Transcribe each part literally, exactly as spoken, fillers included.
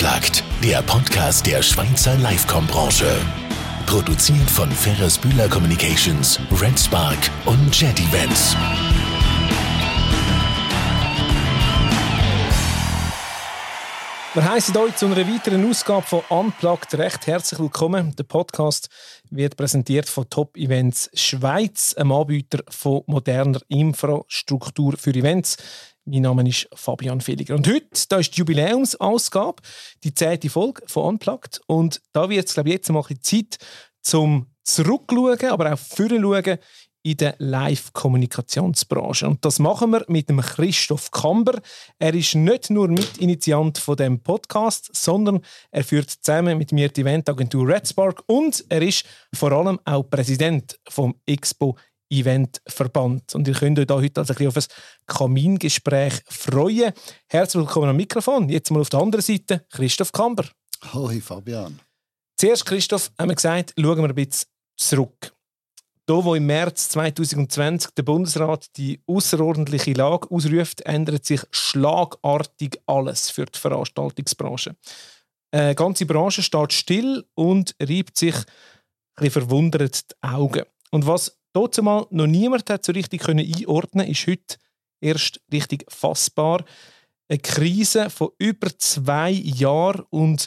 Unplugged, der Podcast der Schweizer Livecom-Branche. Produziert von Ferris Bühler Communications, Red Spark und Jet Events. Wir heissen euch zu einer weiteren Ausgabe von Unplugged recht herzlich willkommen. Der Podcast wird präsentiert von Top Events Schweiz, einem Anbieter von moderner Infrastruktur für Events. Mein Name ist Fabian Villiger. Und heute da ist die Jubiläumsausgabe, die zehnte Folge von Unplugged. Und da wird es, glaube ich, jetzt mal ein bisschen Zeit zum Zurückschauen, aber auch vorzuschauen in der Live-Kommunikationsbranche. Und das machen wir mit dem Christoph Kamber. Er ist nicht nur Mitinitiant von dem Podcast, sondern er führt zusammen mit mir die Eventagentur Red Spark und er ist vor allem auch Präsident vom Expo Eventverband. Und ihr könnt euch da heute also ein bisschen auf ein Kamingespräch freuen. Herzlich willkommen am Mikrofon. Jetzt mal auf der anderen Seite Christoph Kamber. Hoi Fabian. Zuerst, Christoph, haben wir gesagt, schauen wir ein bisschen zurück. Da, wo im März zwanzig zwanzig der Bundesrat die außerordentliche Lage ausruft, ändert sich schlagartig alles für die Veranstaltungsbranche. Die ganze Branche steht still und reibt sich ein bisschen verwundert die Augen. Und was dazumal noch niemand hat so richtig einordnen konnte, ist heute erst richtig fassbar. Eine Krise von über zwei Jahren und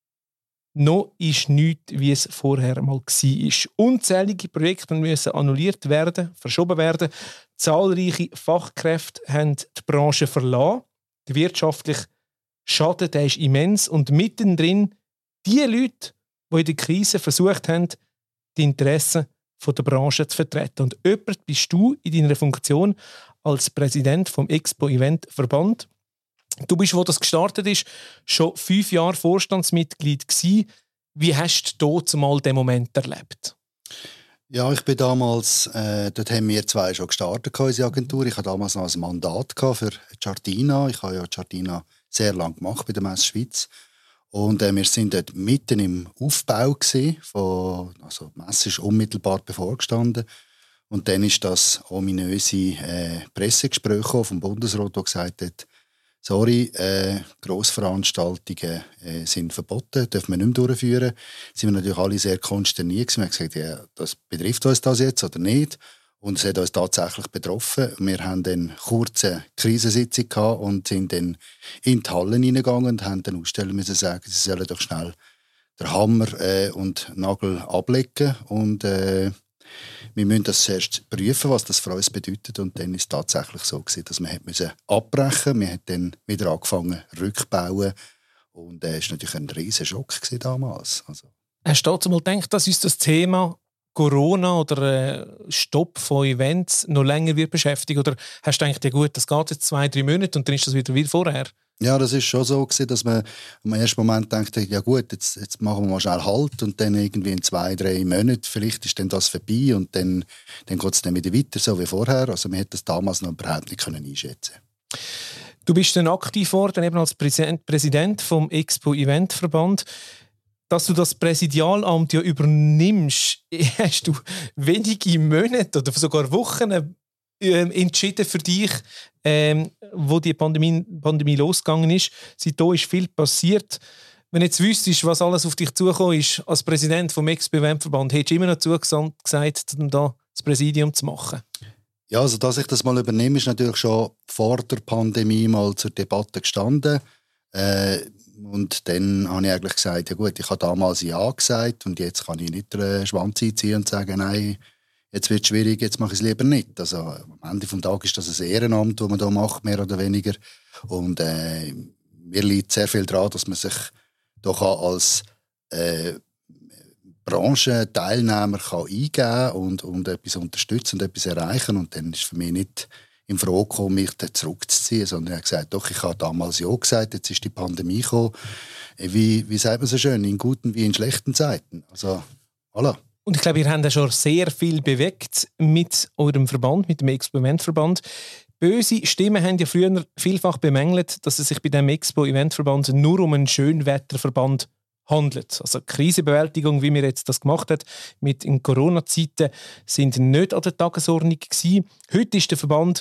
noch ist nichts, wie es vorher mal war. Unzählige Projekte müssen annulliert werden, verschoben werden. Zahlreiche Fachkräfte haben die Branche verlassen. Der wirtschaftliche Schaden der ist immens. Und mittendrin die Leute, die in der Krise versucht haben, die Interessen der Branche zu vertreten. Und jemand bist du in deiner Funktion als Präsident vom Expo Eventverband. Du bist, wo das gestartet ist, schon fünf Jahre Vorstandsmitglied gewesen. Wie hast du dort mal den Moment erlebt? Ja, ich bin damals, äh, dort haben wir zwei schon gestartet, unsere Agentur. Ich hatte damals noch ein Mandat für Giardina. Ich habe ja Giardina sehr lange gemacht bei der Messe Schweiz. Und äh, wir sind dort mitten im Aufbau gewesen, von, also die Messe ist unmittelbar bevorgestanden. Und dann ist das ominöse äh, Pressegespräch vom Bundesrat, das gesagt hat, sorry, äh, Grossveranstaltungen äh, sind verboten, dürfen wir nicht mehr durchführen. Sind wir natürlich alle sehr konsterniert. Wir haben gesagt, ja, das betrifft uns das jetzt oder nicht. Und es hat uns tatsächlich betroffen. Wir haben dann eine kurze Krisensitzung gehabt und sind dann in die Hallen hineingegangen und haben den Ausstellern müssen sagen, sie sollen doch schnell den Hammer äh, und Nagel ablegen. Und äh, wir müssen das zuerst prüfen, was das für uns bedeutet. Und dann war es tatsächlich so gewesen, dass wir abbrechen mussten. Wir haben dann wieder angefangen rückbauen. Und es äh, war natürlich ein riesen Schock damals. Also. Hast du dazu mal gedacht, dass uns das Thema Corona oder äh, Stopp von Events noch länger wird beschäftigen? Oder hast du gedacht, ja gut, das geht jetzt zwei, drei Monate und dann ist das wieder wie vorher? Ja, das ist schon so gewesen, dass man im ersten Moment denkt, ja gut, jetzt, jetzt machen wir mal schnell Halt und dann irgendwie in zwei, drei Monaten vielleicht ist dann das vorbei und dann, dann geht es dann wieder weiter, so wie vorher. Also man hätte das damals noch überhaupt nicht können einschätzen. Du bist dann aktiv geworden, eben als Präsident vom Expo Eventverband. Dass du das Präsidialamt ja übernimmst, hast du wenige Monate oder sogar Wochen ähm, entschieden für dich, ähm, wo die Pandemie, Pandemie losgegangen ist. Seitdem ist viel passiert. Wenn du jetzt wüsstest, was alles auf dich zugekommen ist, als Präsident vom Expo Eventverband, hättest du immer noch zugesagt, um da das Präsidium zu machen? Ja, also dass ich das mal übernehme, ist natürlich schon vor der Pandemie mal zur Debatte gestanden. Äh, Und dann habe ich eigentlich gesagt, ja gut, ich habe damals Ja gesagt und jetzt kann ich nicht den Schwanz einziehen und sagen, nein, jetzt wird es schwierig, jetzt mache ich es lieber nicht. Also am Ende des Tages ist das ein Ehrenamt, das man da macht, mehr oder weniger. Und äh, mir liegt sehr viel daran, dass man sich doch als äh, Branchenteilnehmer kann eingeben kann und, und etwas unterstützen und etwas erreichen. Und dann ist für mich nicht in Frage gekommen, mich zurückzuziehen, sondern er hat gesagt, doch, ich habe damals Ja gesagt, jetzt ist die Pandemie gekommen. Wie, wie sagt man so schön, in guten wie in schlechten Zeiten. Also, voilà. Und ich glaube, ihr habt ja schon sehr viel bewegt mit eurem Verband, mit dem Expo Eventverband. Böse Stimmen haben ja früher vielfach bemängelt, dass es sich bei dem Expo Eventverband nur um einen Schönwetterverband handelt. Also Krisenbewältigung, wie wir jetzt das gemacht haben, mit in Corona-Zeiten, sind nicht an der Tagesordnung gewesen. Heute ist der Verband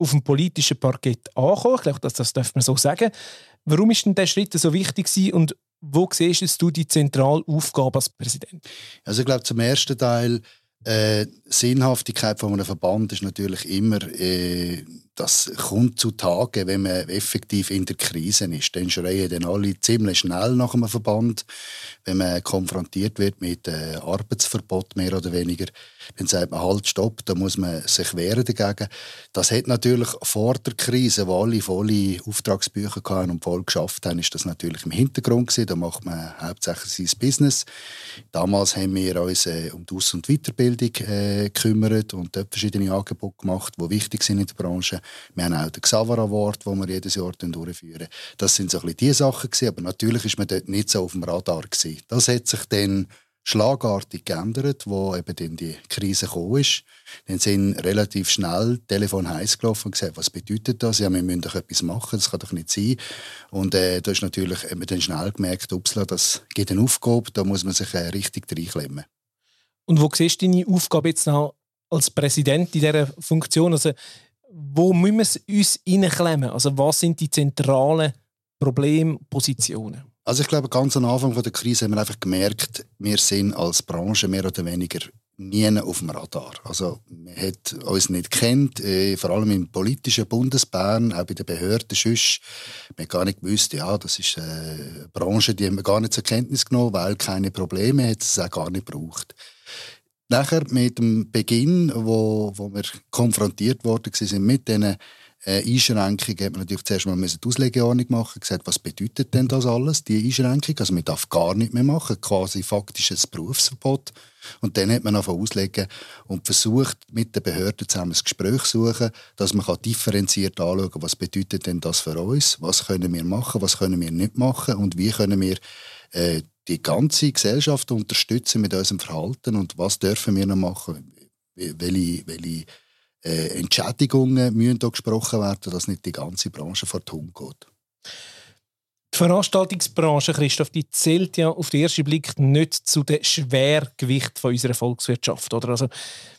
auf dem politischen Parkett angekommen. Ich glaube, das, das darf man so sagen. Warum ist denn der Schritt so wichtig gewesen und wo siehst du die zentrale Aufgabe als Präsident? Also ich glaube, zum ersten Teil äh, Sinnhaftigkeit von einem Verband ist natürlich immer, äh, das kommt zutage, wenn man effektiv in der Krise ist. Dann schreien dann alle ziemlich schnell nach einem Verband. Wenn man konfrontiert wird mit äh, Arbeitsverbot, mehr oder weniger, dann sagt man halt, stopp, da muss man sich wehren dagegen. Das hat natürlich vor der Krise, wo alle volle Auftragsbücher hatten und voll geschafft haben, ist das natürlich im Hintergrund gewesen. Da macht man hauptsächlich sein Business. Damals haben wir uns äh, um die Aus- und Weiterbildung äh, gekümmert und dort verschiedene Angebote gemacht, die wichtig sind in der Branche. Wir haben auch den Xaver Award, den wir jedes Jahr durchführen. Das sind so ein bisschen die Sachen gewesen, aber natürlich ist man dort nicht so auf dem Radar gewesen. Das hat sich dann schlagartig geändert, wo eben dann die Krise gekommen ist. Dann sind relativ schnell Telefon heiß gelaufen und gesagt, was bedeutet das? Ja, wir müssen doch etwas machen, das kann doch nicht sein. Und äh, da ist natürlich eben dann schnell gemerkt, upsla, das gibt eine Aufgabe, da muss man sich äh, richtig reinklemmen. Und wo siehst du deine Aufgabe jetzt noch als Präsident in dieser Funktion? Also, wo müssen wir uns reinklemmen? Also, was sind die zentralen Problempositionen? Also ich glaube, ganz am Anfang der Krise haben wir einfach gemerkt, wir sind als Branche mehr oder weniger nie auf dem Radar. Also man hat uns nicht gekannt, äh, vor allem im politischen Bundesbern, auch bei den Behörden sonst. Man hat gar nicht gewusst, ja, das ist eine Branche, die haben wir gar nicht zur Kenntnis genommen, weil keine Probleme hat es auch gar nicht gebraucht. Nachher mit dem Beginn, wo, wo wir konfrontiert worden sind mit diesen Äh, Einschränkungen, hat man natürlich zuerst mal die Auslegeordnung machen, gesagt, was bedeutet denn das alles, die Einschränkung? Also man darf gar nicht mehr machen, quasi faktisch ein Berufsverbot. Und dann hat man angefangen auslegen und versucht, mit den Behörden zusammen ein Gespräch zu suchen, dass man differenziert anschauen kann, was bedeutet denn das für uns, was können wir machen, was können wir nicht machen und wie können wir äh, die ganze Gesellschaft unterstützen mit unserem Verhalten und was dürfen wir noch machen, welche, welche Äh, Entschädigungen müssen da gesprochen werden, dass nicht die ganze Branche vor die Hunde geht. Die Veranstaltungsbranche, Christoph, die zählt ja auf den ersten Blick nicht zu den Schwergewichten von unserer Volkswirtschaft. Oder? Also,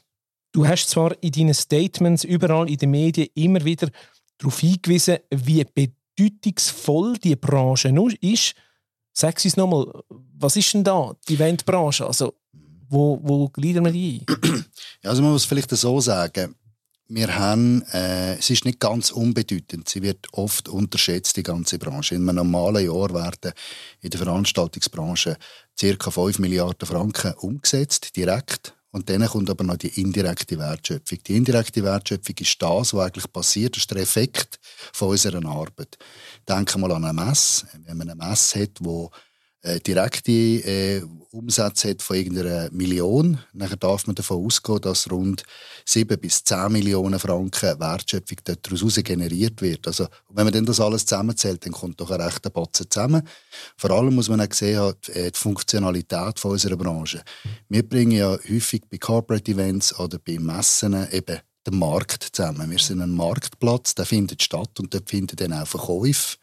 du hast zwar in deinen Statements überall in den Medien immer wieder darauf hingewiesen, wie bedeutungsvoll die Branche ist. Sag es uns nochmal, was ist denn da die Eventbranche? Also, wo, wo gliedern wir die ein? Ja, also man muss vielleicht so sagen, wir haben, äh, es ist nicht ganz unbedeutend. Sie wird oft unterschätzt, die ganze Branche. In einem normalen Jahr werden in der Veranstaltungsbranche ca. fünf Milliarden Franken umgesetzt, direkt. Und dann kommt aber noch die indirekte Wertschöpfung. Die indirekte Wertschöpfung ist das, was eigentlich passiert. Das ist der Effekt von unserer Arbeit. Denken wir mal an eine Messe. Wenn man eine Messe hat, die äh, direkte äh, Umsätze hat von irgendeiner Million, dann darf man davon ausgehen, dass rund sieben bis zehn Millionen Franken Wertschöpfung daraus generiert wird. Also, wenn man dann das alles zusammenzählt, dann kommt doch ein rechter Batzen zusammen. Vor allem muss man auch sehen, halt, äh, die Funktionalität von unserer Branche. Wir bringen ja häufig bei Corporate Events oder bei Messen eben den Markt zusammen. Wir sind ein Marktplatz, der findet statt und dort finden dann auch Verkäufe.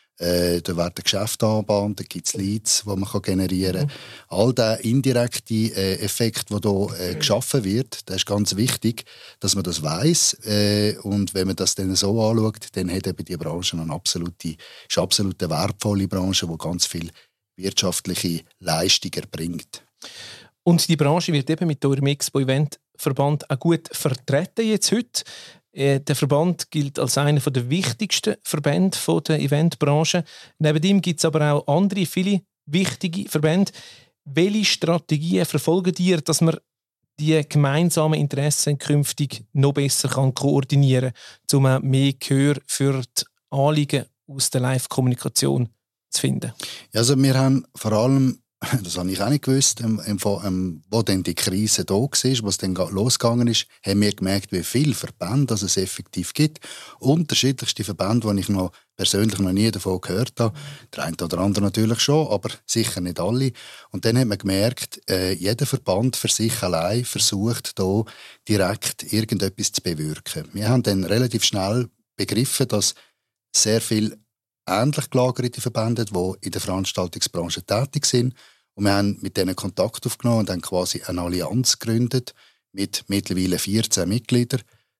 Äh, da werden Geschäfte angebahnt, da gibt es Leads, die man generieren kann. Mhm. All der indirekte äh, Effekt, der hier äh, geschaffen wird, das ist ganz wichtig, dass man das weiss. Äh, und wenn man das dann so anschaut, dann hat eben die Branche eine absolute, ist absolut eine wertvolle Branche, die ganz viel wirtschaftliche Leistung erbringt. Und die Branche wird eben mit eurem Expo-Event-Verband auch gut vertreten jetzt heute. Der Verband gilt als einer der wichtigsten Verbände der Eventbranche. Neben ihm gibt es aber auch andere, viele wichtige Verbände. Welche Strategien verfolgen ihr, dass man die gemeinsamen Interessen künftig noch besser kann koordinieren kann, um mehr Gehör für die Anliegen aus der Live-Kommunikation zu finden? Ja, also wir haben vor allem, das habe ich auch nicht gewusst, ähm, ähm, wo dann die Krise da war, was dann losgegangen ist, haben wir gemerkt, wie viele Verbände es effektiv gibt. Unterschiedlichste Verbände, die ich noch persönlich noch nie davon gehört habe. Der eine oder andere natürlich schon, aber sicher nicht alle. Und dann hat man gemerkt, äh, jeder Verband für sich allein versucht, da direkt irgendetwas zu bewirken. Wir haben dann relativ schnell begriffen, dass sehr viel ähnlich gelagerte Verbände, die in der Veranstaltungsbranche tätig sind. Und wir haben mit denen Kontakt aufgenommen und dann quasi eine Allianz gegründet mit mittlerweile vierzehn Mitgliedern.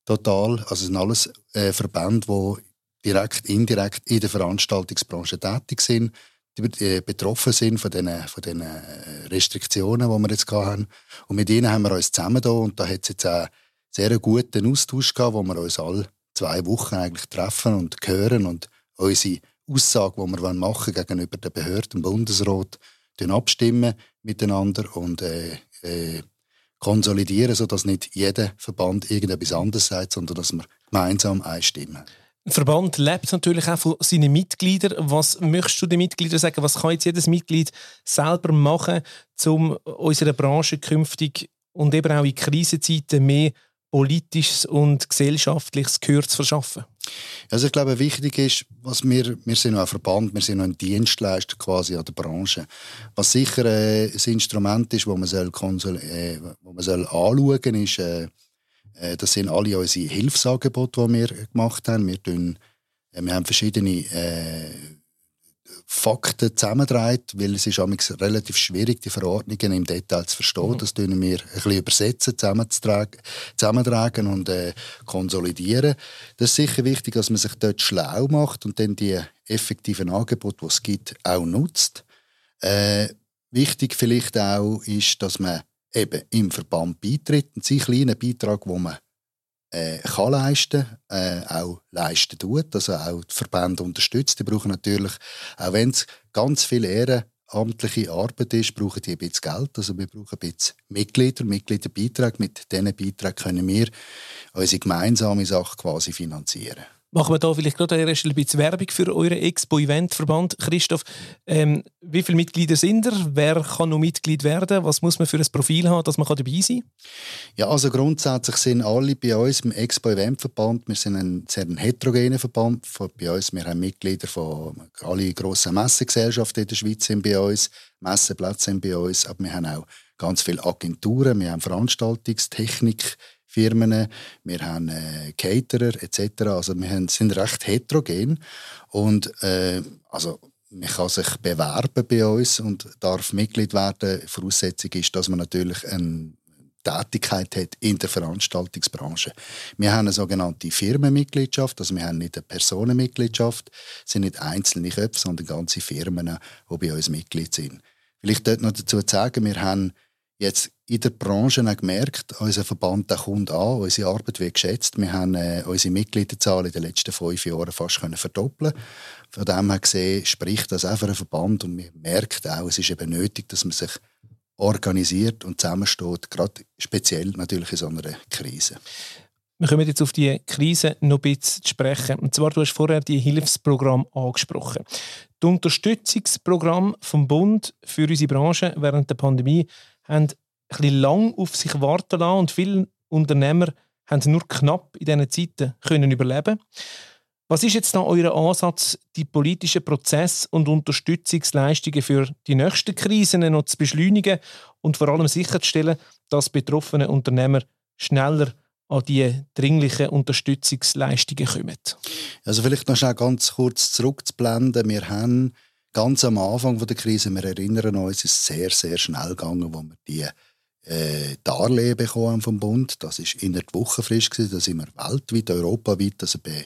total. Also es sind alles äh, Verbände, die direkt, indirekt in der Veranstaltungsbranche tätig sind, die äh, betroffen sind von diesen von den Restriktionen, die wir jetzt hatten. Und mit ihnen haben wir uns zusammen da und da hat es jetzt auch sehr einen guten Austausch gehabt, wo wir uns alle zwei Wochen eigentlich treffen und hören und unsere Aussage, die wir machen wollen, gegenüber den Behörden, dem Bundesrat, abstimmen miteinander und äh, äh, konsolidieren, sodass nicht jeder Verband irgendetwas anderes sagt, sondern dass wir gemeinsam einstimmen. Der Verband lebt natürlich auch von seinen Mitgliedern. Was möchtest du den Mitgliedern sagen? Was kann jetzt jedes Mitglied selber machen, um unserer Branche künftig und eben auch in Krisenzeiten mehr politisches und gesellschaftliches Gehör zu verschaffen? Also ich glaube, wichtig ist, was wir, wir sind noch ein Verband, wir sind noch ein Dienstleister quasi an der Branche. Was sicher äh, ein Instrument ist, das man, soll konsol- äh, wo man soll anschauen soll, ist, äh, äh, das sind alle unsere Hilfsangebote, die wir gemacht haben. Wir, tun, äh, wir haben verschiedene äh, Fakten zusammentragen, weil es ist relativ schwierig, die Verordnungen im Detail zu verstehen. Mhm. Das tun wir ein bisschen übersetzen, zusammentragen und äh, konsolidieren. Das ist sicher wichtig, dass man sich dort schlau macht und dann die effektiven Angebote, die es gibt, auch nutzt. Äh, wichtig vielleicht auch ist, dass man eben im Verband beitritt und seinen kleinen Beitrag, den man Äh, kann leisten, äh, auch leisten tut, also auch die Verbände unterstützt. Die brauchen natürlich, auch wenn es ganz viel ehrenamtliche Arbeit ist, brauchen die ein bisschen Geld. Also wir brauchen ein bisschen Mitglieder, Mitgliederbeiträge. Mit diesen Beiträgen können wir unsere gemeinsame Sache quasi finanzieren. Machen wir da vielleicht gerade ein bisschen Werbung für euren Expo-Event-Verband. Christoph, ähm, wie viele Mitglieder sind ihr? Wer kann noch Mitglied werden? Was muss man für ein Profil haben, dass man dabei sein kann? Ja, also grundsätzlich sind alle bei uns im Expo-Event-Verband. Wir sind ein sehr ein heterogener Verband. Bei uns, wir haben Mitglieder von alle grossen Messegesellschaften in der Schweiz sind bei uns, Messeplätze sind bei uns, aber wir haben auch ganz viele Agenturen, wir haben Veranstaltungstechnik, Firmen, wir haben äh, Caterer et cetera. Also wir haben, sind recht heterogen und äh, also man kann sich bewerben bei uns und darf Mitglied werden. Die Voraussetzung ist, dass man natürlich eine Tätigkeit hat in der Veranstaltungsbranche. Wir haben eine sogenannte Firmenmitgliedschaft, also wir haben nicht eine Personenmitgliedschaft, es sind nicht einzelne Köpfe, sondern ganze Firmen, die bei uns Mitglied sind. Vielleicht dort noch dazu zu sagen, wir haben jetzt in der Branche auch gemerkt, unser Verband der kommt an, unsere Arbeit wird geschätzt. Wir haben äh, unsere Mitgliederzahl in den letzten fünf Jahren fast können verdoppeln. Von dem her gesehen spricht das auch für einen Verband und man merkt auch, es ist eben nötig, dass man sich organisiert und zusammensteht, gerade speziell natürlich in so einer Krise. Wir kommen jetzt auf die Krise noch ein bisschen zu sprechen. Und zwar, du hast vorher die Hilfsprogramme angesprochen. Das Unterstützungsprogramm vom Bund für unsere Branche während der Pandemie haben ein bisschen lang auf sich warten lassen und viele Unternehmer haben nur knapp in diesen Zeiten können überleben. Was ist jetzt da euer Ansatz, die politischen Prozesse und Unterstützungsleistungen für die nächsten Krisen noch zu beschleunigen und vor allem sicherzustellen, dass betroffene Unternehmer schneller an die dringlichen Unterstützungsleistungen kommen? Also vielleicht noch schnell ganz kurz zurückzublenden. Wir haben ganz am Anfang der Krise, wir erinnern uns, es ist sehr, sehr schnell gegangen, wo wir die äh, Darlehen bekommen vom Bund. Das war in der Wochenfrist gewesen, da sind wir weltweit, europaweit also be,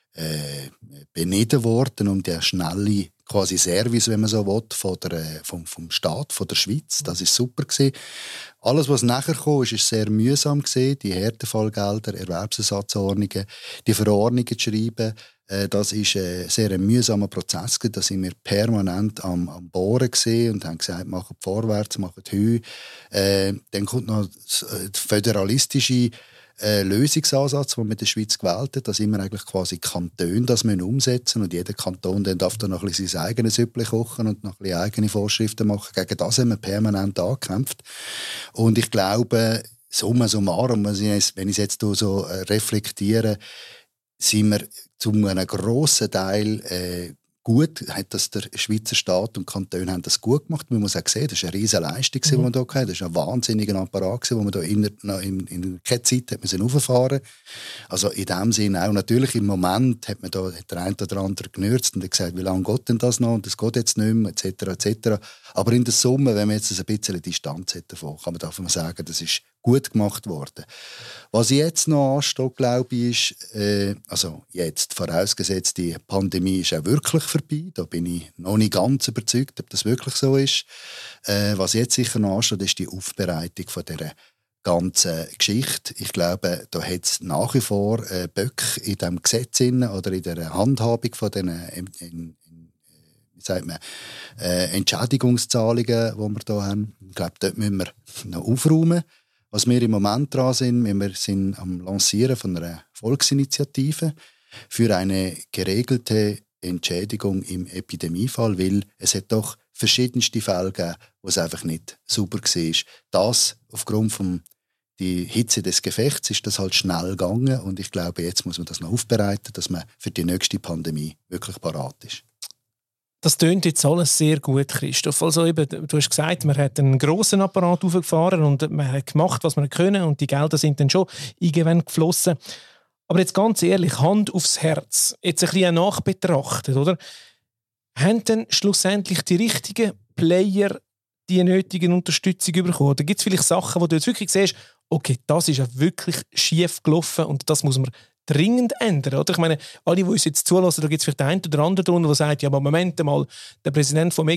äh, beneden worden um den schnellen quasi Service, wenn man so will, von der, vom, vom Staat, von der Schweiz. Das war super gewesen. Alles, was nachher kam, ist sehr mühsam gewesen. Die Härtefallgelder, Erwerbsersatzordnungen, die Verordnungen zu schreiben. Das war ein sehr mühsamer Prozess. Da sind wir permanent am, am Bohren und haben gesagt, machen vorwärts, machen Heu. Äh, dann kommt noch der föderalistische äh, Lösungsansatz, den man in der Schweiz gewählt hat. Da sind wir eigentlich quasi Kantone, das wir umsetzen. Und jeder Kanton dann darf dann noch ein bisschen sein eigenes Süppchen kochen und noch ein bisschen eigene Vorschriften machen. Gegen das haben wir permanent angekämpft. Und ich glaube, summa summarum, wenn ich es jetzt so reflektiere, sind wir zu einem grossen Teil äh, gut, hat das der Schweizer Staat und Kantone haben das gut gemacht. Man muss auch sehen, das war eine riesige Leistung, die mhm. wir hier hatten. Das war ein wahnsinniger Apparat, den man hier in, in, in keine Zeit hat man hochfahren. Also in dem Sinne auch natürlich im Moment hat man da hat der eine oder andere genürzt und hat gesagt, wie lange geht denn das noch und das geht jetzt nicht mehr, et cetera et cetera. Aber in der Summe, wenn man jetzt ein bisschen Distanz hat davon, kann man davon sagen, das ist gut gemacht worden. Was jetzt noch ansteht, glaube ich, ist, äh, also jetzt vorausgesetzt, die Pandemie ist auch wirklich vorbei. Da bin ich noch nicht ganz überzeugt, ob das wirklich so ist. Äh, was jetzt sicher noch ansteht, ist die Aufbereitung von dieser ganzen Geschichte. Ich glaube, da hat es nach wie vor äh, Böcke in diesem Gesetz oder in der Handhabung von diesen in, in, wie sagt man, äh, Entschädigungszahlungen, die wir hier haben. Ich glaube, dort müssen wir noch aufräumen. Was wir im Moment dran sind, wir sind am Lancieren von einer Volksinitiative für eine geregelte Entschädigung im Epidemiefall, weil es hat doch verschiedenste Fälle gegeben, wo es einfach nicht sauber war. Das aufgrund von die Hitze des Gefechts ist das halt schnell gegangen und ich glaube, jetzt muss man das noch aufbereiten, dass man für die nächste Pandemie wirklich parat ist. Das tönt jetzt alles sehr gut, Christoph. Also eben, du hast gesagt, man hat einen grossen Apparat aufgefahren und man hat gemacht, was man können und die Gelder sind dann schon irgendwann geflossen. Aber jetzt ganz ehrlich, Hand aufs Herz, jetzt ein bisschen nachbetrachtet, oder? Haben denn schlussendlich die richtigen Player die nötige Unterstützung bekommen? Oder gibt es vielleicht Sachen, wo du jetzt wirklich siehst, okay, das ist ja wirklich schief gelaufen und das muss man dringend ändern, oder? Ich meine, alle, die uns jetzt zulassen, da gibt es vielleicht einen oder anderen drunter, der sagt, ja, aber Moment mal, der Präsident vom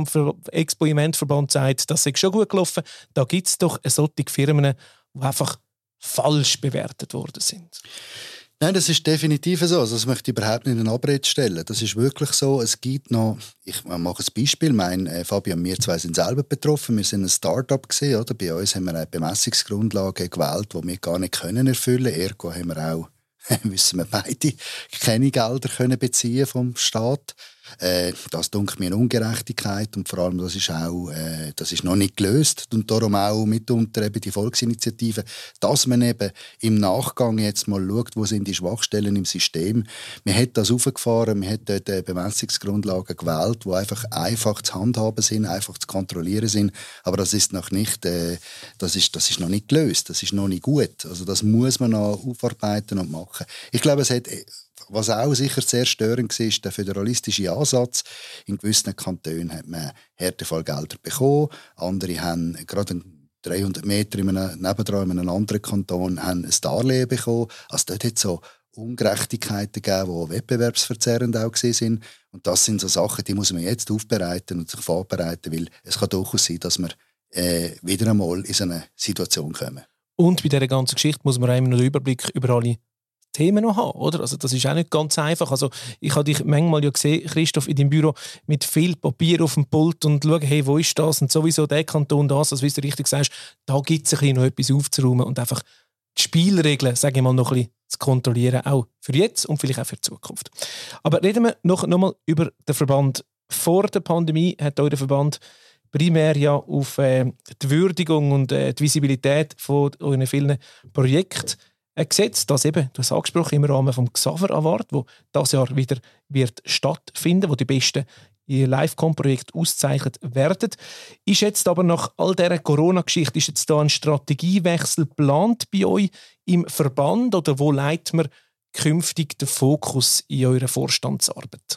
Expo-Eventverband sagt, das ist schon gut gelaufen. Da gibt es doch solche Firmen, die einfach falsch bewertet worden sind. Nein, das ist definitiv so. Also, das möchte ich überhaupt nicht in Abrede stellen. Das ist wirklich so. Es gibt noch, ich mache ein Beispiel, mein äh, Fabio und wir zwei sind selber betroffen. Wir sind ein Start-up gewesen, oder? Bei uns haben wir eine Bemessungsgrundlage gewählt, die wir gar nicht können erfüllen. Ergo haben wir auch müssen wir beide keine Gelder können beziehen vom Staat. Äh, das dunkelt mir eine Ungerechtigkeit und vor allem das ist auch äh, das ist noch nicht gelöst und darum auch mitunter eben die Volksinitiative, dass man eben im Nachgang jetzt mal schaut, wo sind die Schwachstellen im System. Man hat das aufgefahren, man hat dort Bemessungsgrundlagen gewählt, die einfach einfach zu handhaben sind, einfach zu kontrollieren sind, aber das ist noch nicht äh, das ist das ist noch nicht gelöst, das ist noch nicht gut. Also das muss man noch aufarbeiten und machen. Ich glaube, es hat was auch sicher sehr störend war, ist der föderalistische Ansatz. In gewissen Kantonen hat man Härtefallgelder bekommen. Andere haben gerade dreihundert Meter in einem, nebendran in einem anderen Kanton haben ein Darlehen bekommen. Also dort hat es so Ungerechtigkeiten gegeben, die wettbewerbsverzerrend auch sind. Und das sind so Sachen, die muss man jetzt aufbereiten und sich vorbereiten, weil es kann durchaus sein, dass wir äh, wieder einmal in so eine Situation kommen. Und bei dieser ganzen Geschichte muss man auch immer noch den Überblick über alle Themen noch haben, oder? Also das ist auch nicht ganz einfach. Also ich habe dich manchmal ja gesehen, Christoph, in deinem Büro mit viel Papier auf dem Pult und schauen, hey, wo ist das? Und sowieso der Kanton das, also wie du richtig sagst, da gibt es ein bisschen noch etwas aufzuräumen und einfach die Spielregeln, sage ich mal, noch ein bisschen zu kontrollieren, auch für jetzt und vielleicht auch für die Zukunft. Aber reden wir noch, noch mal über den Verband. Vor der Pandemie hat euer Verband primär ja auf äh, die Würdigung und äh, die Visibilität von euren vielen Projekten ein Gesetz, das eben, du hast angesprochen, im Rahmen des Xaver Award, wo das Jahr wieder wird stattfinden, wo die besten Livecom-Projekte ausgezeichnet werden. Ist jetzt aber nach all dieser Corona-Geschichte, ist jetzt da ein Strategiewechsel geplant bei euch im Verband oder wo leitet man künftig den Fokus in eurer Vorstandsarbeit?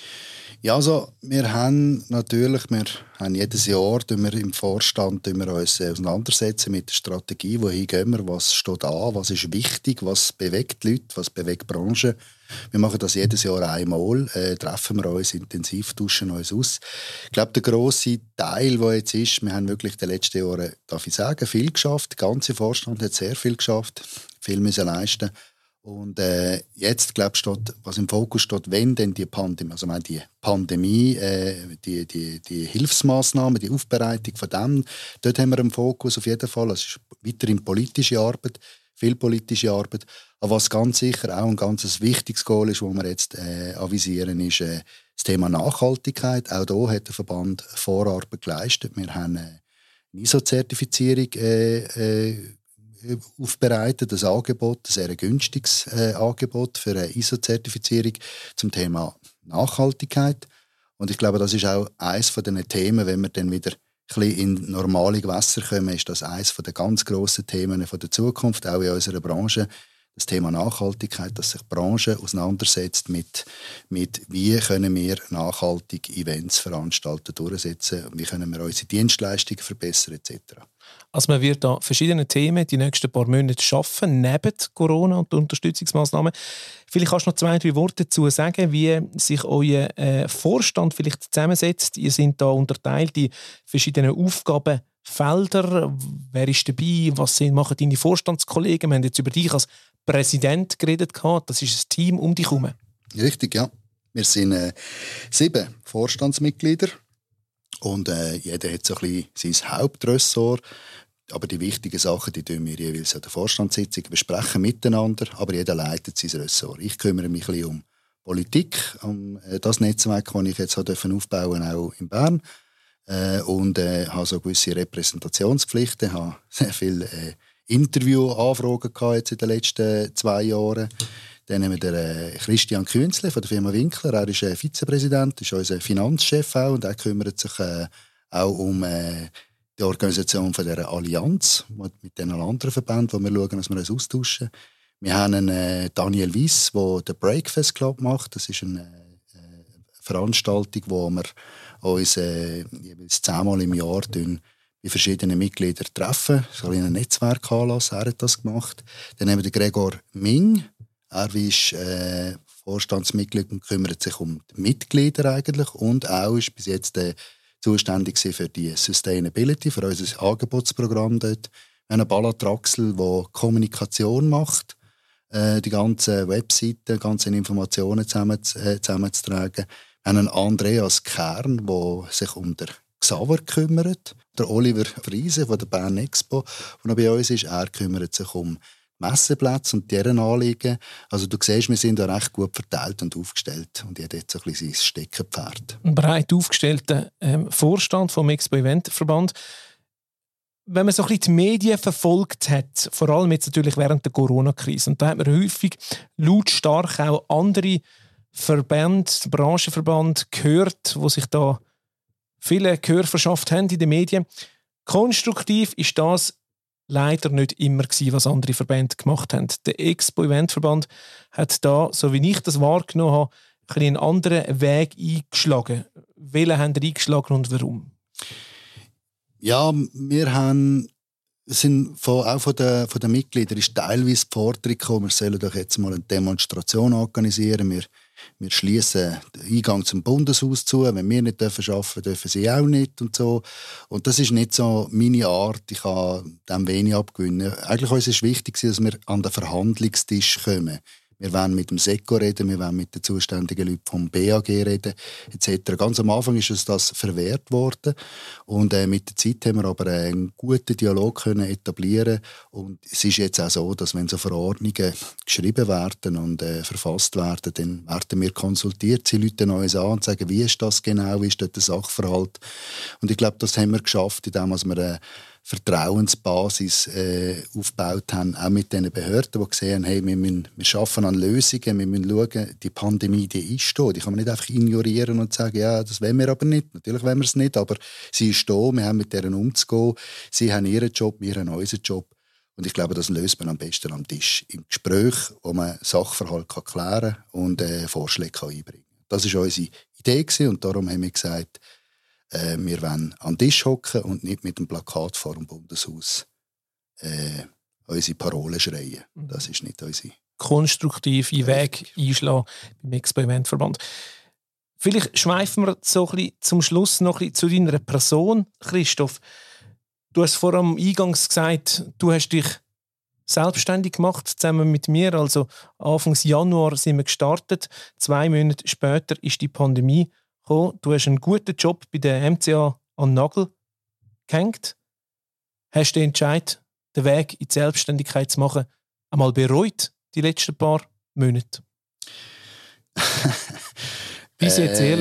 Ja, also wir haben natürlich, wir haben jedes Jahr wir im Vorstand wir uns auseinandersetzen mit der Strategie, wohin gehen wir, was steht an, was ist wichtig, was bewegt die Leute, was bewegt die Branche. Wir machen das jedes Jahr einmal, äh, treffen wir uns intensiv, tauschen uns aus. Ich glaube, der grosse Teil, der jetzt ist, wir haben wirklich in den letzten Jahren, darf ich sagen, viel geschafft. Der ganze Vorstand hat sehr viel geschafft, viel müssen leisten. Und äh, jetzt, glaube ich, was im Fokus steht, wenn denn die Pandemie, also meine, die Pandemie, äh, die, die, die Hilfsmaßnahmen, die Aufbereitung von dem, dort haben wir einen Fokus auf jeden Fall. Es ist weiterhin politische Arbeit, viel politische Arbeit. Aber was ganz sicher auch ein ganz wichtiges Goal ist, das wir jetzt äh, avisieren, ist äh, das Thema Nachhaltigkeit. Auch hier hat der Verband Vorarbeit geleistet. Wir haben äh, eine I S O-Zertifizierung äh, äh, aufbereitet, ein Angebot, ein sehr günstiges äh, Angebot für eine I S O-Zertifizierung zum Thema Nachhaltigkeit. Und ich glaube, das ist auch eines von den Themen, wenn wir dann wieder ein bisschen in normale Gewässer kommen, ist das eines der ganz grossen Themen von der Zukunft, auch in unserer Branche. Das Thema Nachhaltigkeit, dass sich die Branche auseinandersetzt mit, mit wie können wir nachhaltige Events veranstalten, durchsetzen, wie können wir unsere Dienstleistungen verbessern et cetera. Also man wird da verschiedene Themen die nächsten paar Monate schaffen, neben Corona und Unterstützungsmaßnahmen. Vielleicht kannst du noch zwei, drei Worte dazu sagen, wie sich euer äh, Vorstand vielleicht zusammensetzt. Ihr seid da unterteilt in verschiedene Aufgabenfelder. Wer ist dabei? Was sind, machen deine Vorstandskollegen? Wir haben jetzt über dich als Präsident geredet. Das ist ein Team um dich herum. Richtig, ja. Wir sind äh, sieben Vorstandsmitglieder. Und äh, jeder hat so ein bisschen sein Hauptressort. Aber die wichtigen Sachen, die tun wir jeweils an der Vorstandssitzung besprechen miteinander. Aber jeder leitet sein Ressort. Ich kümmere mich ein bisschen um Politik, um äh, das Netzwerk, das ich jetzt aufbauen durfte, auch in Bern. Äh, und äh, habe so gewisse Repräsentationspflichten, habe sehr viele äh, Interviewanfragen gehabt jetzt in den letzten zwei Jahren. Dann haben wir den äh, Christian Künzle von der Firma Winkler. Er ist äh, Vizepräsident, ist unser Finanzchef auch, und er kümmert sich äh, auch um äh, die Organisation von dieser Allianz mit den anderen Verbänden, wo wir schauen, dass wir uns austauschen. Wir haben einen äh, Daniel Wyss, der den Breakfast Club macht. Das ist eine äh, Veranstaltung, wo wir uns äh, jeweils zehnmal im Jahr tun, bei verschiedenen Mitgliedern treffen. So ein Netzwerkanlass, er hat das gemacht. Dann haben wir den Gregor Ming. Er ist äh, Vorstandsmitglied und kümmert sich um die Mitglieder eigentlich und auch ist bis jetzt äh, zuständig für die Sustainability, für unser Angebotsprogramm dort. Wir haben einen Bala Traxel, der Kommunikation macht, äh, die ganzen Webseiten, die ganzen Informationen zusammen, äh, zusammenzutragen. Wir haben einen Andreas Kern, der sich um den Xaver kümmert. Der Oliver Friese von der Bern Expo, der noch bei uns ist, er kümmert sich um Messeplätze und deren Anliegen. Also du siehst, wir sind da recht gut verteilt und aufgestellt und jeder hat so ein bisschen sein Steckenpferd. Ein breit aufgestellter ähm, Vorstand vom Expo Event Verband. Wenn man so ein bisschen die Medien verfolgt hat, vor allem jetzt natürlich während der Corona-Krise, und da hat man häufig lautstark auch andere Verbände, Branchenverbände gehört, die sich da viele Gehör verschafft haben in den Medien. Konstruktiv ist das leider nicht immer gewesen, was andere Verbände gemacht haben. Der Expo-Event-Verband hat da, so wie ich das wahrgenommen habe, ein einen anderen Weg eingeschlagen. Welchen haben Sie eingeschlagen und warum? Ja, wir haben, sind von, auch von den, von den Mitgliedern ist teilweise die Forderung gekommen, wir sollen doch jetzt mal eine Demonstration organisieren. Wir, wir schließen den Eingang zum Bundeshaus zu. Wenn wir nicht arbeiten dürfen, dürfen sie auch nicht. Und, so. Und das ist nicht so meine Art. Ich kann dem wenig abgewinnen. Eigentlich ist es wichtig, dass wir an den Verhandlungstisch kommen. Wir wollen mit dem SECO reden, wir wollen mit den zuständigen Leuten vom B A G reden, et cetera. Ganz am Anfang ist es das verwehrt worden. Und äh, mit der Zeit haben wir aber einen guten Dialog können etablieren. Und es ist jetzt auch so, dass wenn so Verordnungen geschrieben werden und äh, verfasst werden, dann werden wir konsultiert. Sie rufen uns an und sagen, wie ist das genau, wie ist dort der Sachverhalt. Und ich glaube, das haben wir geschafft, indem wir eine Vertrauensbasis äh, aufgebaut haben, auch mit den Behörden, die gesehen haben, hey, wir, müssen, wir arbeiten an Lösungen, wir müssen schauen, die Pandemie, die ist da, die kann man nicht einfach ignorieren und sagen, ja, das wollen wir aber nicht. Natürlich wollen wir es nicht, aber sie ist da, wir haben mit deren umzugehen, sie haben ihren Job, wir haben unseren Job. Und ich glaube, das löst man am besten am Tisch, im Gespräch, wo man Sachverhalt kann klären und äh, Vorschläge kann einbringen kann. Das war unsere Idee gewesen, und darum haben wir gesagt, Äh, wir wollen an den Tisch hocken und nicht mit dem Plakat vor dem Bundeshaus äh, unsere Parolen schreien. Das ist nicht unsere... Konstruktive Weg einschlagen beim Expo-Event-Verband. Vielleicht schweifen wir so ein bisschen zum Schluss noch ein bisschen zu deiner Person, Christoph. Du hast vor am Eingangs gesagt, du hast dich selbstständig gemacht, zusammen mit mir. Also Anfang Januar sind wir gestartet. Zwei Monate später ist die Pandemie. Du hast einen guten Job bei der M C A an den Nagel gehängt. Hast du den Entscheid, den Weg in die Selbstständigkeit zu machen, einmal bereut, die letzten paar Monate? Bist du jetzt ehrlich?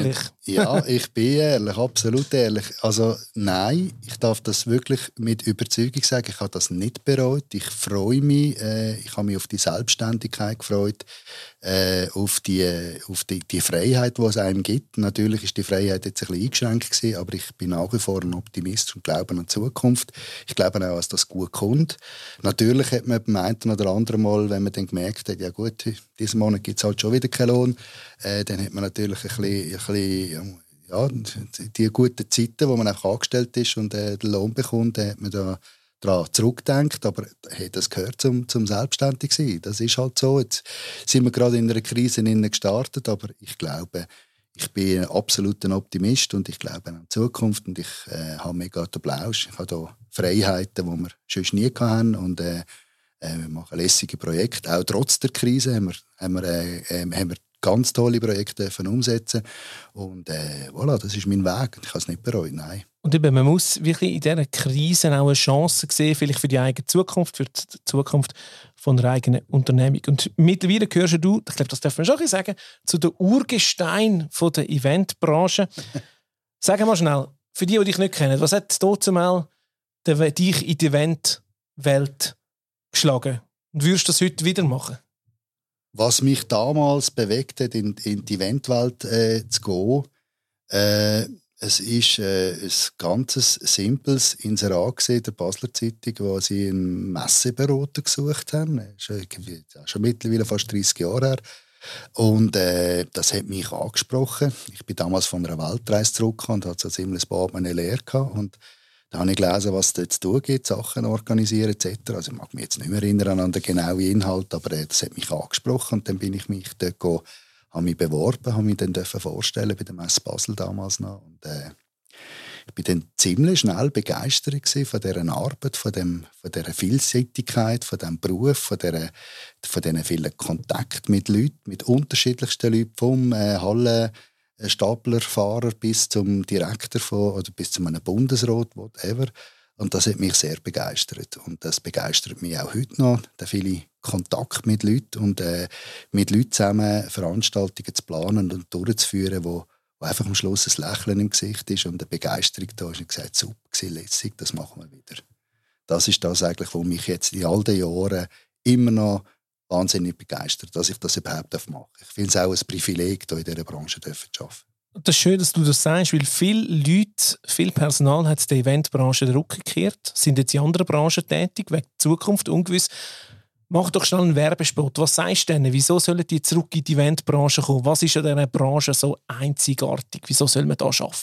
Ja, ich bin ehrlich, absolut ehrlich. Also nein, ich darf das wirklich mit Überzeugung sagen. Ich habe das nicht bereut. Ich freue mich. Äh, ich habe mich auf die Selbstständigkeit gefreut, äh, auf, die, auf die, die Freiheit, die es einem gibt. Natürlich ist die Freiheit jetzt ein bisschen eingeschränkt gewesen, aber ich bin nach wie vor ein Optimist und glaube an die Zukunft. Ich glaube auch, dass das gut kommt. Natürlich hat man beim einen oder anderen Mal, wenn man dann gemerkt hat, ja gut, diesen Monat gibt es halt schon wieder keinen Lohn, äh, dann hat man natürlich ein bisschen, ein bisschen ja, die guten Zeiten, wo man auch angestellt ist und äh, den Lohn bekommt, hat man da daran zurückgedacht. Aber hey, das gehört zum, zum Selbstständigsein. Das ist halt so. Jetzt sind wir gerade in einer Krise gestartet, aber ich glaube, ich bin ein absoluter Optimist und ich glaube an die Zukunft und ich äh, habe mega den Blausch. Ich habe hier Freiheiten, die wir sonst nie hatten und äh, äh, wir machen lässige Projekte. Auch trotz der Krise haben wir, haben wir, äh, äh, haben wir ganz tolle Projekte umsetzen und äh, voilà, das ist mein Weg. Ich kann es nicht bereuen, nein. Und eben, man muss wirklich in dieser Krise auch eine Chance sehen, vielleicht für die eigene Zukunft, für die Zukunft von der eigenen Unternehmung. Und mittlerweile gehörst du, ich glaube, das darf man schon sagen, zu den Urgestein der Eventbranche. Sag mal schnell, für die, die dich nicht kennen, was hat dazumal dich in die Eventwelt geschlagen? Und würdest du das heute wieder machen? Was mich damals bewegt hat, in, in die Eventwelt äh, zu gehen, äh, es ist äh, ein ganz simples Inserat gesehen, der Basler Zeitung, wo sie einen Messeberater gesucht haben. Das ist schon mittlerweile fast dreißig Jahre her. Und äh, das hat mich angesprochen. Ich bin damals von einer Weltreise zurückgekommen und hatte so ziemlich ein paar Lehre gehabt. Und da habe ich gelesen, was es dort zu tun gibt, Sachen organisieren et cetera. Also ich mag mich jetzt nicht mehr erinnern an den genauen Inhalt, aber äh, das hat mich angesprochen. Und dann bin ich mich dort go, habe mich beworben, habe mich dann vorstellen bei der Messe Basel damals noch. Und äh, ich bin dann ziemlich schnell begeistert von dieser Arbeit, von, dem, von dieser Vielseitigkeit, von diesem Beruf, von, dieser, von diesen vielen Kontakten mit Leuten, mit unterschiedlichsten Leuten, vom äh, Halle Staplerfahrer bis zum Direktor von, oder bis zu einem Bundesrat, whatever. Und das hat mich sehr begeistert. Und das begeistert mich auch heute noch, der viele Kontakt mit Leuten und äh, mit Leuten zusammen Veranstaltungen zu planen und durchzuführen, wo, wo einfach am Schluss ein Lächeln im Gesicht ist und eine Begeisterung da ist und gesagt, super, letztlich, das machen wir wieder. Das ist das eigentlich, was mich jetzt in all den Jahren immer noch wahnsinnig begeistert, dass ich das überhaupt machen darf. Ich finde es auch ein Privileg, hier in dieser Branche zu arbeiten. Das ist schön, dass du das sagst, weil viele Leute, viel Personal hat der Eventbranche den Rücken gekehrt, sind jetzt in anderen Branchen tätig, wegen der Zukunft, ungewiss. Mach doch schnell einen Werbespot. Was sagst du denn? Wieso sollen die zurück in die Eventbranche kommen? Was ist an dieser Branche so einzigartig? Wieso soll man da arbeiten?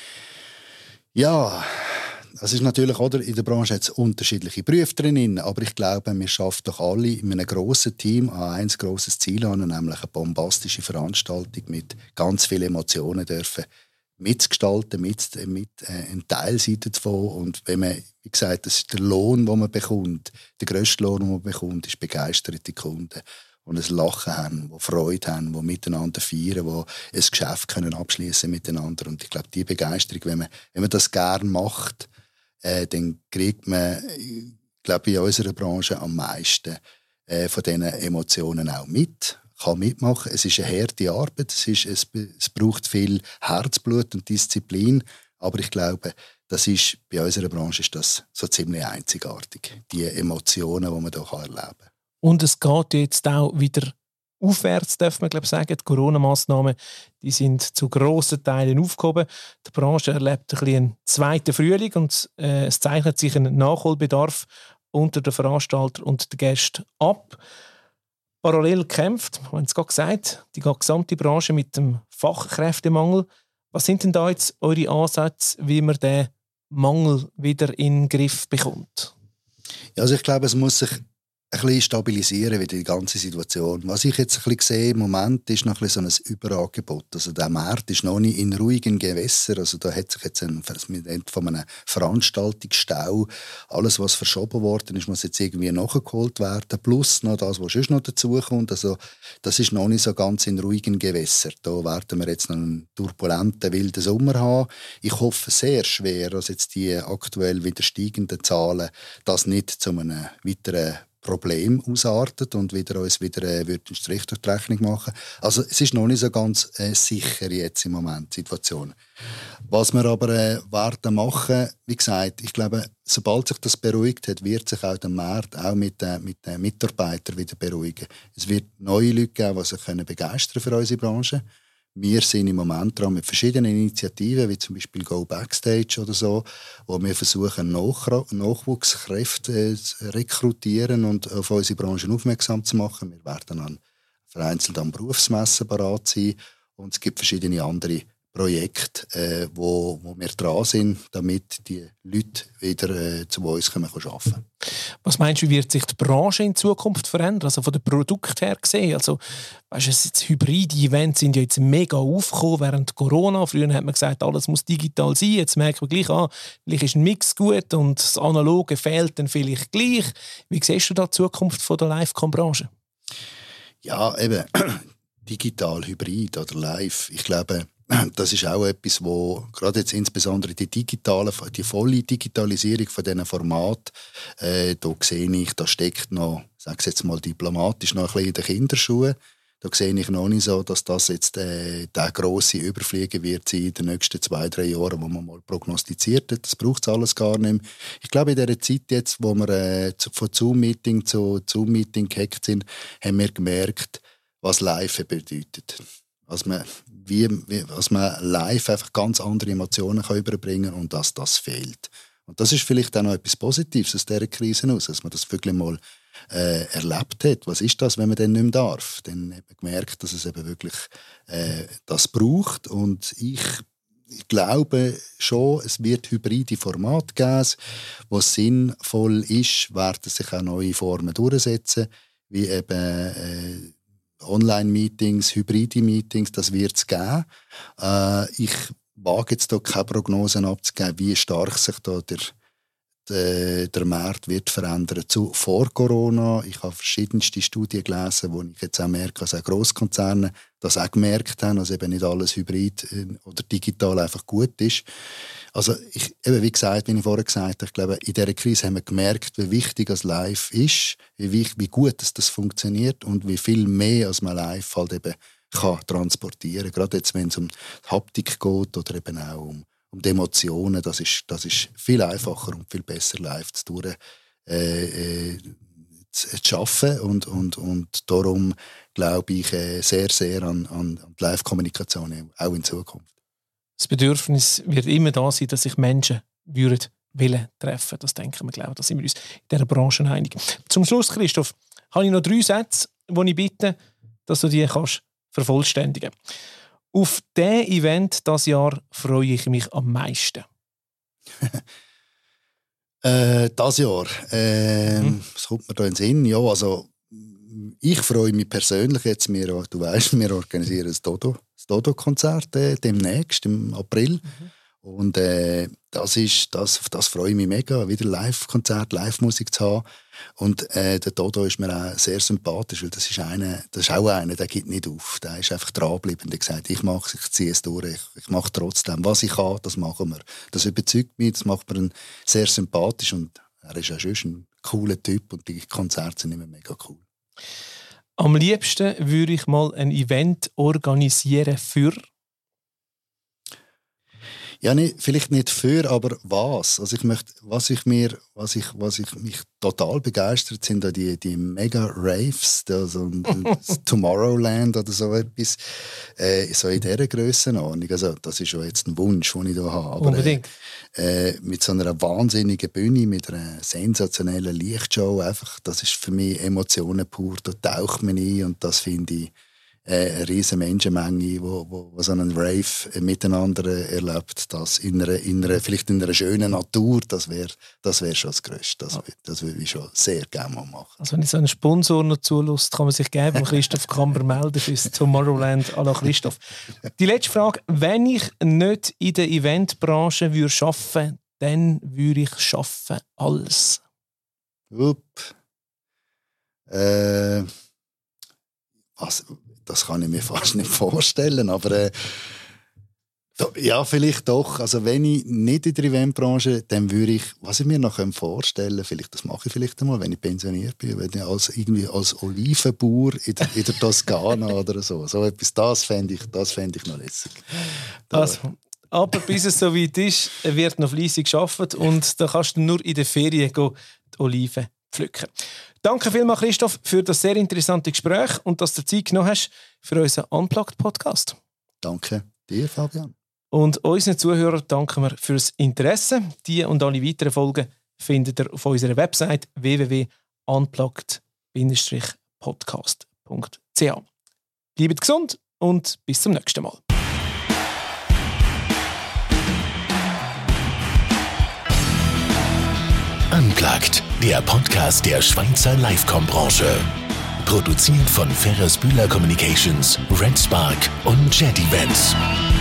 Ja, es ist natürlich, oder, in der Branche jetzt unterschiedliche Berufe drin, aber ich glaube, wir schaffen doch alle in einem grossen Team an ein grosses Ziel an, nämlich eine bombastische Veranstaltung mit ganz vielen Emotionen dürfen mitgestalten, mit, mit äh, ein Teil sein davon. Und wenn man, wie gesagt, das ist der Lohn, den man bekommt, der grösste Lohn, den man bekommt, ist begeisterte Kunden, die ein Lachen haben, die Freude haben, die miteinander feiern, die ein Geschäft können abschließen miteinander. Und ich glaube, die Begeisterung, wenn man, wenn man das gerne macht, Äh, dann kriegt man, glaube ich, in unserer Branche am meisten äh, von diesen Emotionen auch mit, kann mitmachen. Es ist eine harte Arbeit, es, ist, es, es braucht viel Herzblut und Disziplin, aber ich glaube, das ist, bei unserer Branche ist das so ziemlich einzigartig, die Emotionen, die man hier erleben kann. Und es geht jetzt auch wieder aufwärts, darf man glaube ich sagen. Die Corona-Massnahmen, die sind zu grossen Teilen aufgehoben. Die Branche erlebt ein bisschen einen zweiten Frühling und äh, es zeichnet sich ein Nachholbedarf unter den Veranstaltern und den Gästen ab. Parallel kämpft, wir haben es gerade gesagt, die gesamte Branche mit dem Fachkräftemangel. Was sind denn da jetzt eure Ansätze, wie man den Mangel wieder in den Griff bekommt? Ja, also ich glaube, es muss sich ein bisschen stabilisieren wieder die ganze Situation. Was ich jetzt ein bisschen sehe im Moment, ist noch ein bisschen so ein Überangebot. Also der Markt ist noch nicht in ruhigen Gewässern. Also da hat sich jetzt ein, von einem Veranstaltungsstau alles, was verschoben worden ist, muss jetzt irgendwie nachgeholt werden. Plus noch das, was sonst noch dazukommt. Also das ist noch nicht so ganz in ruhigen Gewässern. Da werden wir jetzt noch einen turbulenten, wilden Sommer haben. Ich hoffe sehr schwer, dass jetzt die aktuell wieder steigenden Zahlen das nicht zu einem weiteren Problem ausartet und wieder uns wieder äh, einen Strich durch die Rechnung machen. Also es ist noch nicht so ganz äh, sicher jetzt im Moment die Situation. Was wir aber äh, werden machen, wie gesagt, ich glaube, sobald sich das beruhigt hat, wird sich auch der Markt auch mit den mit den Mitarbeitern wieder beruhigen. Es wird neue Leute geben, die sich können begeistern für unsere Branche. Wir sind im Moment dran mit verschiedenen Initiativen, wie zum Beispiel Go Backstage oder so, wo wir versuchen, Nach- Nachwuchskräfte zu rekrutieren und auf unsere Branche aufmerksam zu machen. Wir werden dann vereinzelt an Berufsmessen parat sein und es gibt verschiedene andere Projekte, äh, wo, wo wir dran sind, damit die Leute wieder äh, zu uns kommen, arbeiten können. Was meinst du, wie wird sich die Branche in Zukunft verändern? Also von den Produkten her gesehen. Also, weißt du, jetzt hybride Events sind ja jetzt mega aufgekommen während Corona. Früher hat man gesagt, alles muss digital sein. Jetzt merkt man gleich, ah, vielleicht ist ein Mix gut und das Analoge fehlt dann vielleicht gleich. Wie siehst du da die Zukunft von der Livecom-Branche? Ja, eben digital, hybrid oder live. Ich glaube, das ist auch etwas, wo gerade jetzt insbesondere die digitale, die volle Digitalisierung von diesen Formaten, äh, da sehe ich, da steckt noch, sage ich jetzt mal diplomatisch, noch ein bisschen in den Kinderschuhen. Da sehe ich noch nicht so, dass das jetzt äh, der grosse Überfliegen wird sein in den nächsten zwei, drei Jahren, wo man mal prognostiziert hat. Das braucht es alles gar nicht mehr. Ich glaube, in dieser Zeit jetzt, wo wir äh, von Zoom-Meeting zu Zoom-Meeting gehackt sind, haben wir gemerkt, was Live bedeutet. Was man, wie, wie, was man live einfach ganz andere Emotionen kann überbringen kann und dass das fehlt. Und das ist vielleicht auch noch etwas Positives aus dieser Krise aus, dass man das wirklich mal äh, erlebt hat. Was ist das, wenn man dann nicht mehr darf? Dann hat man gemerkt, dass es eben wirklich äh, das braucht. Und ich, ich glaube schon, es wird hybride Formate geben, wo sinnvoll ist, werden sich auch neue Formen durchsetzen, wie eben äh, Online-Meetings, hybride Meetings, das wird es geben. Äh, ich wage jetzt hier keine Prognosen abzugeben, wie stark sich da der, der, der Markt wird verändern zu vor Corona. Ich habe verschiedenste Studien gelesen, wo ich jetzt auch merke, dass auch Grosskonzerne das auch gemerkt haben, dass eben nicht alles hybrid oder digital einfach gut ist. Also ich, eben wie gesagt, wie ich vorher gesagt habe, ich glaube, in dieser Krise haben wir gemerkt, wie wichtig das Live ist, wie, wie gut dass das funktioniert und wie viel mehr als man live halt eben kann transportieren. Gerade jetzt, wenn es um Haptik geht oder eben auch um, um die Emotionen, das ist, das ist viel einfacher und viel besser live zu tun, äh, äh, zu, zu schaffen und, und, und darum glaube ich äh, sehr, sehr an, an die Live-Kommunikation auch in Zukunft. Das Bedürfnis wird immer da sein, dass sich Menschen würden wollen treffen. Das denken wir, glaube ich, da sind wir uns in dieser Branche einig. Zum Schluss, Christoph, habe ich noch drei Sätze, die ich bitte, dass du die kannst vervollständigen. Auf dieses Event dieses Jahr freue ich mich am meisten. äh, das Jahr? Äh, mhm. Was kommt mir da in den Sinn? Ja, also ich freue mich persönlich jetzt, wir, du weißt, wir organisieren das Dodo, das Dodo-Konzert äh, demnächst im April. Mhm. Und äh, das ist, das, auf das freue ich mich mega, wieder Live-Konzert, Live-Musik zu haben. Und äh, der Dodo ist mir auch sehr sympathisch, weil das ist, eine, das ist auch einer, der gibt nicht auf. Der ist einfach dranbleiben. Der sagt, ich mache es, ich ziehe es durch, ich, ich mache trotzdem, was ich kann, das machen wir. Das überzeugt mich, das macht mir sehr sympathisch und er ist auch schon ein cooler Typ und die Konzerte sind immer mega cool. Am liebsten würde ich mal ein Event organisieren für... Ja, nicht, vielleicht nicht für, aber was? Also ich möchte, was ich mir, was ich, was ich mich total begeistert, sind da die, die Mega-Raves, also Tomorrowland oder so etwas, äh, so in dieser Grössenordnung. Also das ist schon jetzt ein Wunsch, den ich da habe. Aber, Unbedingt. Äh, äh, mit so einer wahnsinnigen Bühne, mit einer sensationellen Lichtshow, einfach, das ist für mich Emotionen pur, da taucht man ein und das finde ich eine riesige Menschenmenge, wo, wo, wo so einen Rave miteinander erlebt, das in einer, in einer, vielleicht in einer schönen Natur, das wäre das wär schon das Größte. Das, das würde ich schon sehr gerne mal machen. Also wenn ich so einen Sponsor noch zulässt, kann man sich gerne Christoph Kamber melden fürs Tomorrowland à la Christoph. Die letzte Frage, wenn ich nicht in der Eventbranche würde arbeiten, dann würde ich arbeiten als? Upp. Äh, was... Das kann ich mir fast nicht vorstellen, aber äh, Ja, vielleicht doch. Also wenn ich nicht in der Eventbranche, dann würde ich, was ich mir noch vorstellen könnte, vielleicht, das mache ich vielleicht einmal, wenn ich pensioniert bin, wenn ich als, irgendwie als Olivenbauer in der, in der Toskana oder so. So etwas, das fände ich, das fände ich noch lässig. Also, aber bis es so weit ist, wird noch fleissig gearbeitet und da kannst du nur in den Ferien gehen, die Oliven pflücken. Danke vielmals, Christoph, für das sehr interessante Gespräch und dass du Zeit genommen hast für unseren Unplugged-Podcast. Danke dir, Fabian. Und unseren Zuhörern danken wir fürs Interesse. Die und alle weiteren Folgen findet ihr auf unserer Website w w w punkt unplugged Bindestrich podcast punkt c h. Bleibt gesund und bis zum nächsten Mal. Unplugged, der Podcast der Schweizer Livecom-Branche. Produziert von Ferris Bühler Communications, Red Spark und Jet Events.